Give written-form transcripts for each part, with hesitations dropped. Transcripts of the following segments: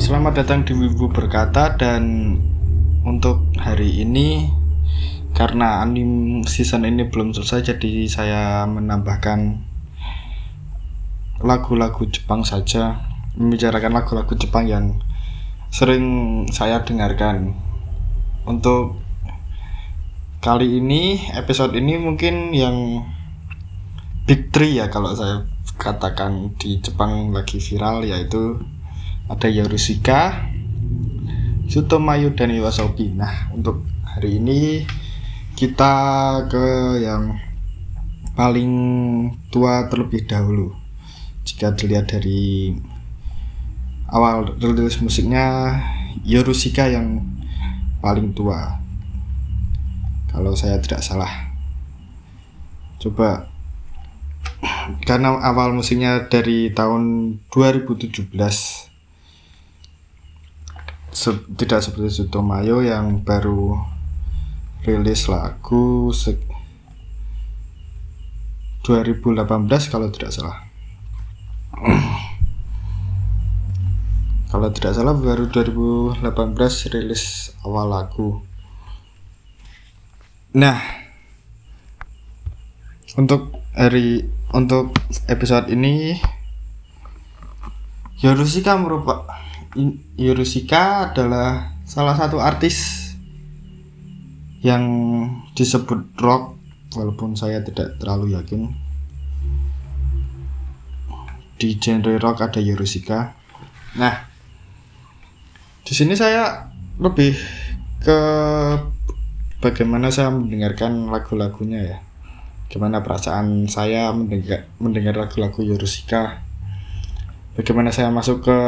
Selamat datang di Wibu Berkata, dan untuk hari ini karena anime season ini belum selesai, jadi saya menambahkan lagu-lagu Jepang saja, membicarakan lagu-lagu Jepang yang sering saya dengarkan. Untuk kali ini, episode ini mungkin yang Big 3 ya kalau saya katakan di Jepang lagi viral, yaitu ada Yorushika, Tsutomayo, dan Iwasabi. Nah, untuk hari ini kita ke yang paling tua terlebih dahulu. Jika dilihat dari awal rilis musiknya, Yorushika yang paling tua, kalau saya tidak salah. Coba, karena awal musiknya dari tahun 2017, tidak seperti Tsutomayo yang baru rilis lagu 2018 kalau tidak salah. Kalau tidak salah baru 2018 rilis awal lagu. Nah, untuk episode ini, Yorushika adalah salah satu artis yang disebut rock, walaupun saya tidak terlalu yakin. Di genre rock ada Yorushika. Nah, di sini saya lebih ke bagaimana saya mendengarkan lagu-lagunya ya. Gimana perasaan saya mendengar lagu-lagu Yorushika. Bagaimana saya masuk ke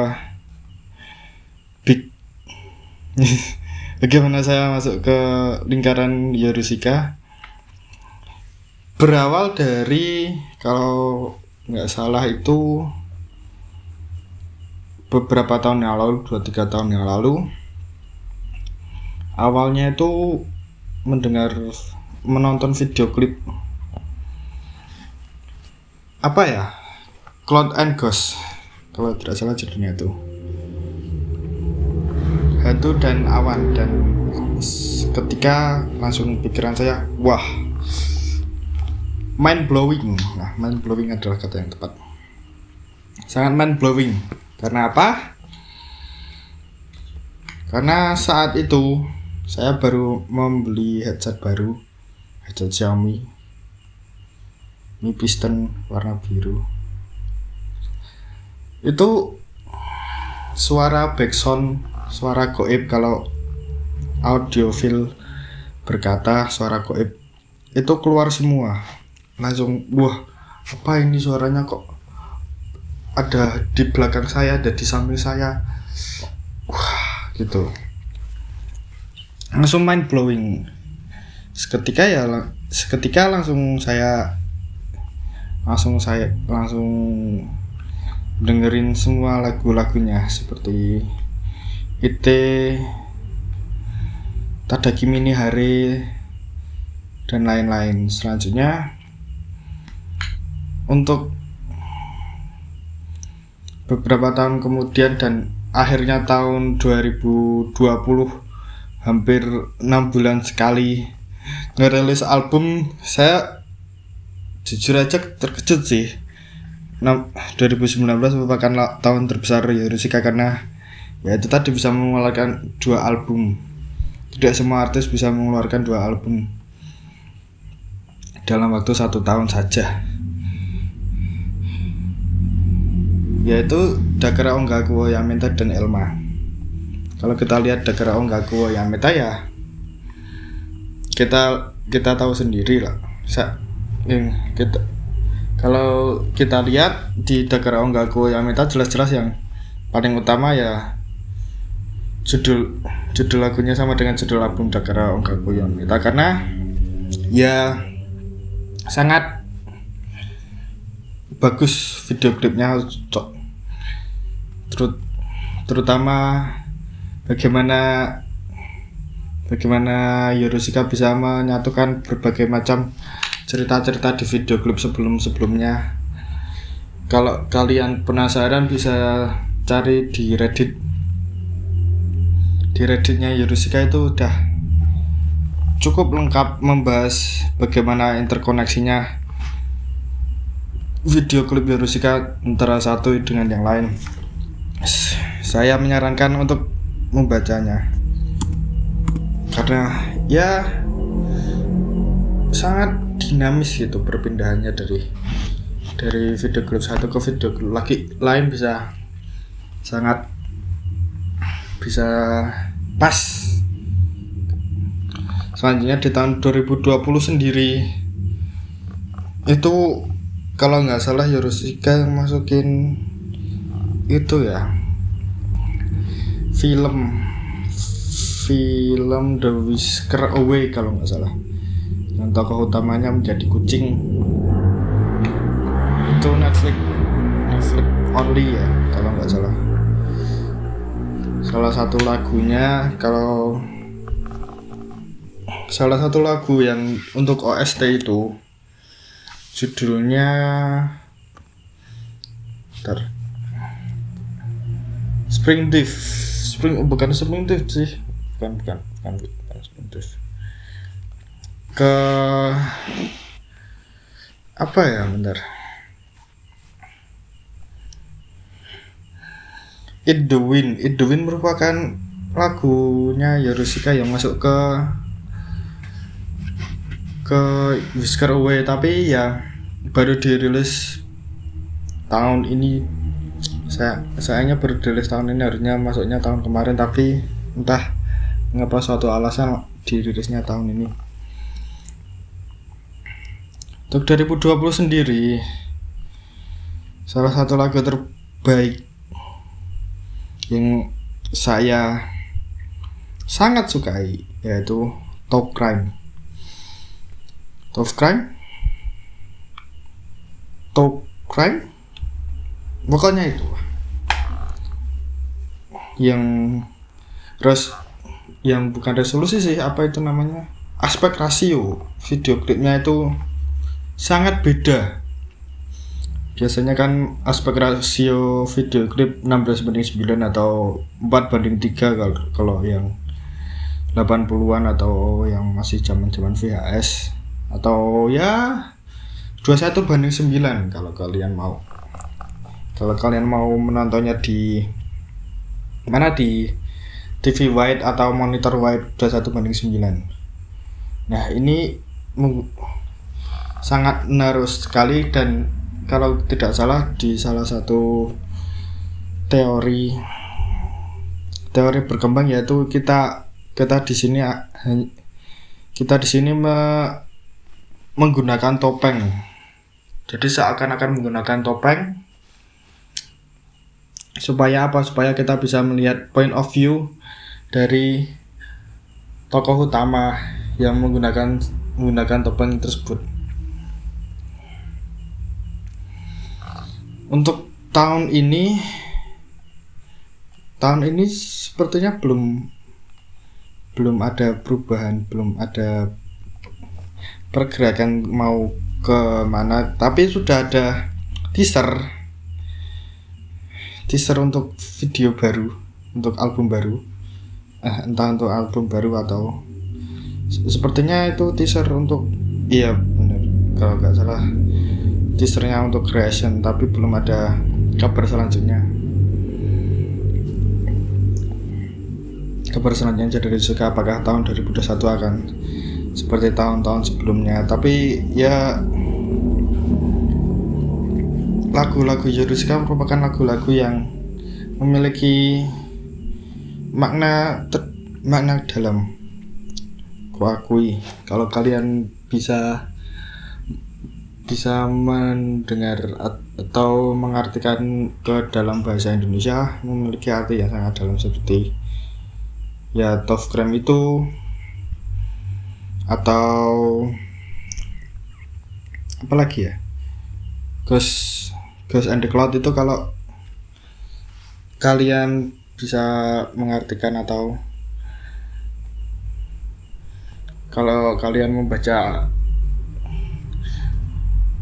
bagaimana saya masuk ke lingkaran Yorushika. Berawal dari, kalau nggak salah itu beberapa tahun yang lalu, 2-3 tahun yang lalu. Awalnya itu menonton video klip apa ya, Cloud and Ghost kalau tidak salah judulnya itu, Hantu dan Awan. Dan ketika langsung pikiran saya, wah, mind blowing. Nah, mind blowing adalah kata yang tepat. Sangat mind blowing. Karena apa? Karena saat itu saya baru membeli headset baru, headset Xiaomi Mi Piston warna biru. Itu suara backsound, suara goib, kalau audiofil berkata suara goib itu keluar semua. Langsung, wah, apa ini suaranya kok ada di belakang saya, ada di samping saya, wah, gitu. Langsung mind blowing. Seketika langsung dengerin semua lagu-lagunya, seperti Ite, Tadaki Mini Hare, dan lain-lain. Selanjutnya, untuk beberapa tahun kemudian dan akhirnya tahun 2020, hampir 6 bulan sekali ngerilis album, saya jujur aja terkejut sih. 2019 merupakan tahun terbesar Yorushika karena ya itu tadi bisa mengeluarkan 2 album. Tidak semua artis bisa mengeluarkan 2 album dalam waktu 1 tahun saja, yaitu Dakara Ongaku wo Yameta dan Elma. Kalau kita lihat Dakara Ongaku wo Yameta ya kita tahu sendiri lah. Kalau kita lihat di Dakara Ongaku wo Yameta, jelas-jelas yang paling utama ya judul lagunya sama dengan judul album Dakara Ongaku wo Yameta, karena ya sangat bagus video klipnya, terutama bagaimana Yorushika bisa menyatukan berbagai macam cerita-cerita di video klip sebelum-sebelumnya. Kalau kalian penasaran bisa cari di Reddit di Redditnya Eurosika itu udah cukup lengkap membahas bagaimana interkoneksinya video klip Eurosika antara satu dengan yang lain. Saya menyarankan untuk membacanya karena ya sangat dinamis gitu perpindahannya dari video klip satu ke video klip lagi lain, sangat bisa pas. Selanjutnya di tahun 2020 sendiri itu kalau nggak salah Eurosika yang masukin itu ya film The Whisker Away kalau nggak salah, yang tokoh utamanya menjadi kucing. Itu Netflix only ya kalau nggak salah. Salah satu lagu yang untuk OST itu judulnya Spring Thief bukan Spring Thief sih, bukan Spring Thief. Ke apa ya, bentar, It the Wind merupakan lagunya Eurosika yang masuk ke Whisker Away, tapi ya baru dirilis tahun ini. Sayangnya baru dirilis tahun ini, harusnya masuknya tahun kemarin, tapi entah mengapa suatu alasan dirilisnya tahun ini. Untuk 2020 sendiri, salah satu lagu terbaik yang saya sangat sukai yaitu Top Crime, pokoknya itu yang bukan resolusi sih, apa itu namanya, aspek rasio video klipnya itu sangat beda. Biasanya kan aspek rasio video klip 16:9 atau 4:3 kalau yang 80-an atau yang masih zaman-zaman VHS, atau ya 21:9 kalau kalian mau menontonnya di mana, di TV wide atau monitor wide 21:9. Nah, ini sangat menaruh sekali, dan kalau tidak salah di salah satu teori berkembang yaitu kita di sini menggunakan topeng. Jadi seakan-akan menggunakan topeng supaya kita bisa melihat point of view dari tokoh utama yang menggunakan topeng tersebut. Untuk tahun ini sepertinya belum ada perubahan, belum ada pergerakan mau ke mana, tapi sudah ada teaser untuk video baru, untuk album baru, entah untuk album baru atau sepertinya itu teaser untuk, iya benar kalau nggak salah, teasernya untuk Creation, tapi belum ada kabar selanjutnya. Dari Suka apakah tahun 2021 akan seperti tahun-tahun sebelumnya. Tapi ya lagu-lagu Eurosika merupakan lagu-lagu yang memiliki makna dalam. Kuakui kalau kalian bisa mendengar atau mengartikan ke dalam bahasa Indonesia, memiliki arti yang sangat dalam, seperti ya Top Crime itu, atau apa lagi ya, Ghost and the Cloud itu. Kalau kalian bisa mengartikan atau kalau kalian membaca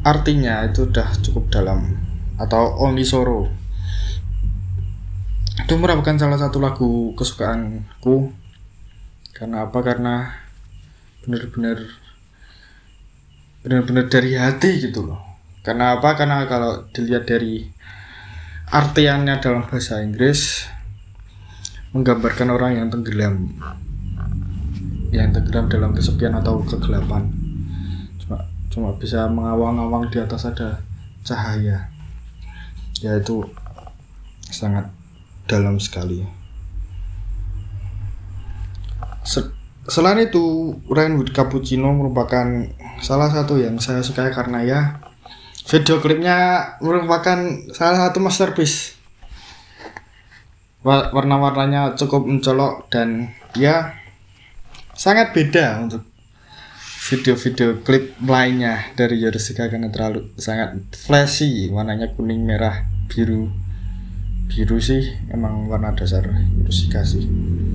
artinya itu udah cukup dalam, atau Only Sorrow itu itu merupakan salah satu lagu kesukaanku. Karena apa? Karena benar-benar dari hati gitu loh. Karena apa? Karena kalau dilihat dari artiannya dalam bahasa Inggris, menggambarkan orang yang tenggelam dalam kesepian atau kegelapan, cuma bisa mengawang-awang di atas ada cahaya. Ya, itu sangat dalam sekali. Selain itu, Rain with Cappuccino merupakan salah satu yang saya sukai karena ya video klipnya merupakan salah satu masterpiece. Warna-warnanya cukup mencolok dan ya sangat beda untuk video-video klip lainnya dari Yorushika karena terlalu sangat flashy, warnanya kuning, merah, biru sih emang warna dasar Yorushika sih.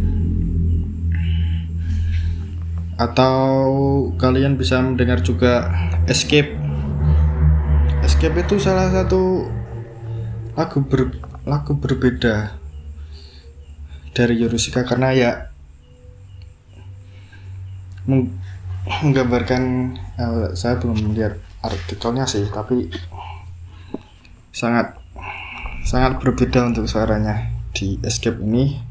Atau kalian bisa mendengar juga Escape itu salah satu lagu berbeda dari Yorushika karena ya menggambarkan, saya belum melihat artikelnya sih, tapi sangat berbeda untuk suaranya di Escape ini.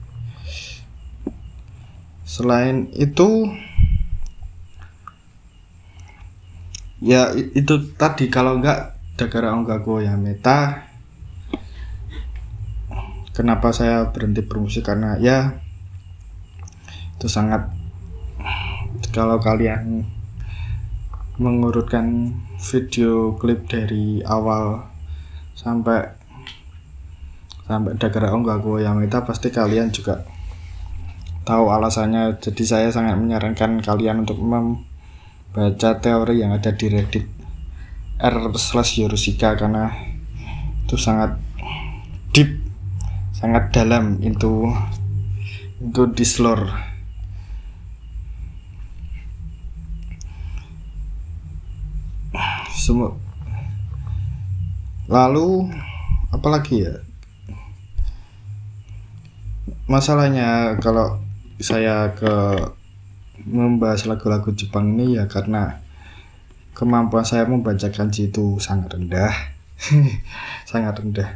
Selain itu ya itu tadi, kalau enggak Dagara Ongaku ya Meta. Kenapa saya berhenti bermusik? Karena ya itu sangat, kalau kalian mengurutkan video klip dari awal sampai Dagara Ongaku ya Meta, pasti kalian juga tahu alasannya. Jadi saya sangat menyarankan kalian untuk membaca teori yang ada di Reddit r/Yorushika karena itu sangat deep, sangat dalam into this lore. Lalu apalagi ya masalahnya kalau saya membahas lagu-lagu Jepang ini ya karena kemampuan saya membaca kanji itu sangat rendah. Sangat rendah.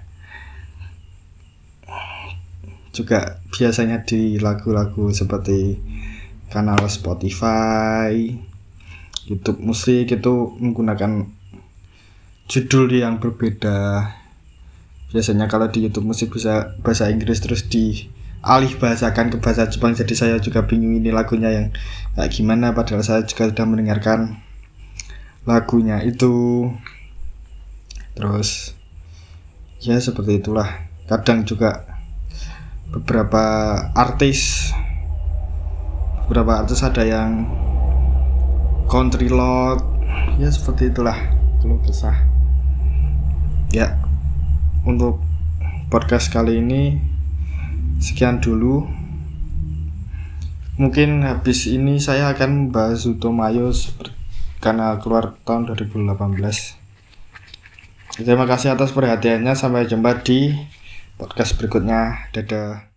Juga biasanya di lagu-lagu seperti kanal Spotify, YouTube musik itu menggunakan judul yang berbeda. Biasanya kalau di YouTube musik bisa bahasa Inggris terus dialih bahasakan ke bahasa Jepang, jadi saya juga bingung ini lagunya yang kayak gimana, padahal saya juga sudah mendengarkan lagunya itu. Terus ya seperti itulah. Kadang juga beberapa artis ada yang country road, ya seperti itulah keluh kesah. Ya, untuk podcast kali ini sekian dulu. Mungkin habis ini saya akan membahas Utomayo karena keluar tahun 2018. Terima kasih atas perhatiannya. Sampai jumpa di podcast berikutnya. Dadah.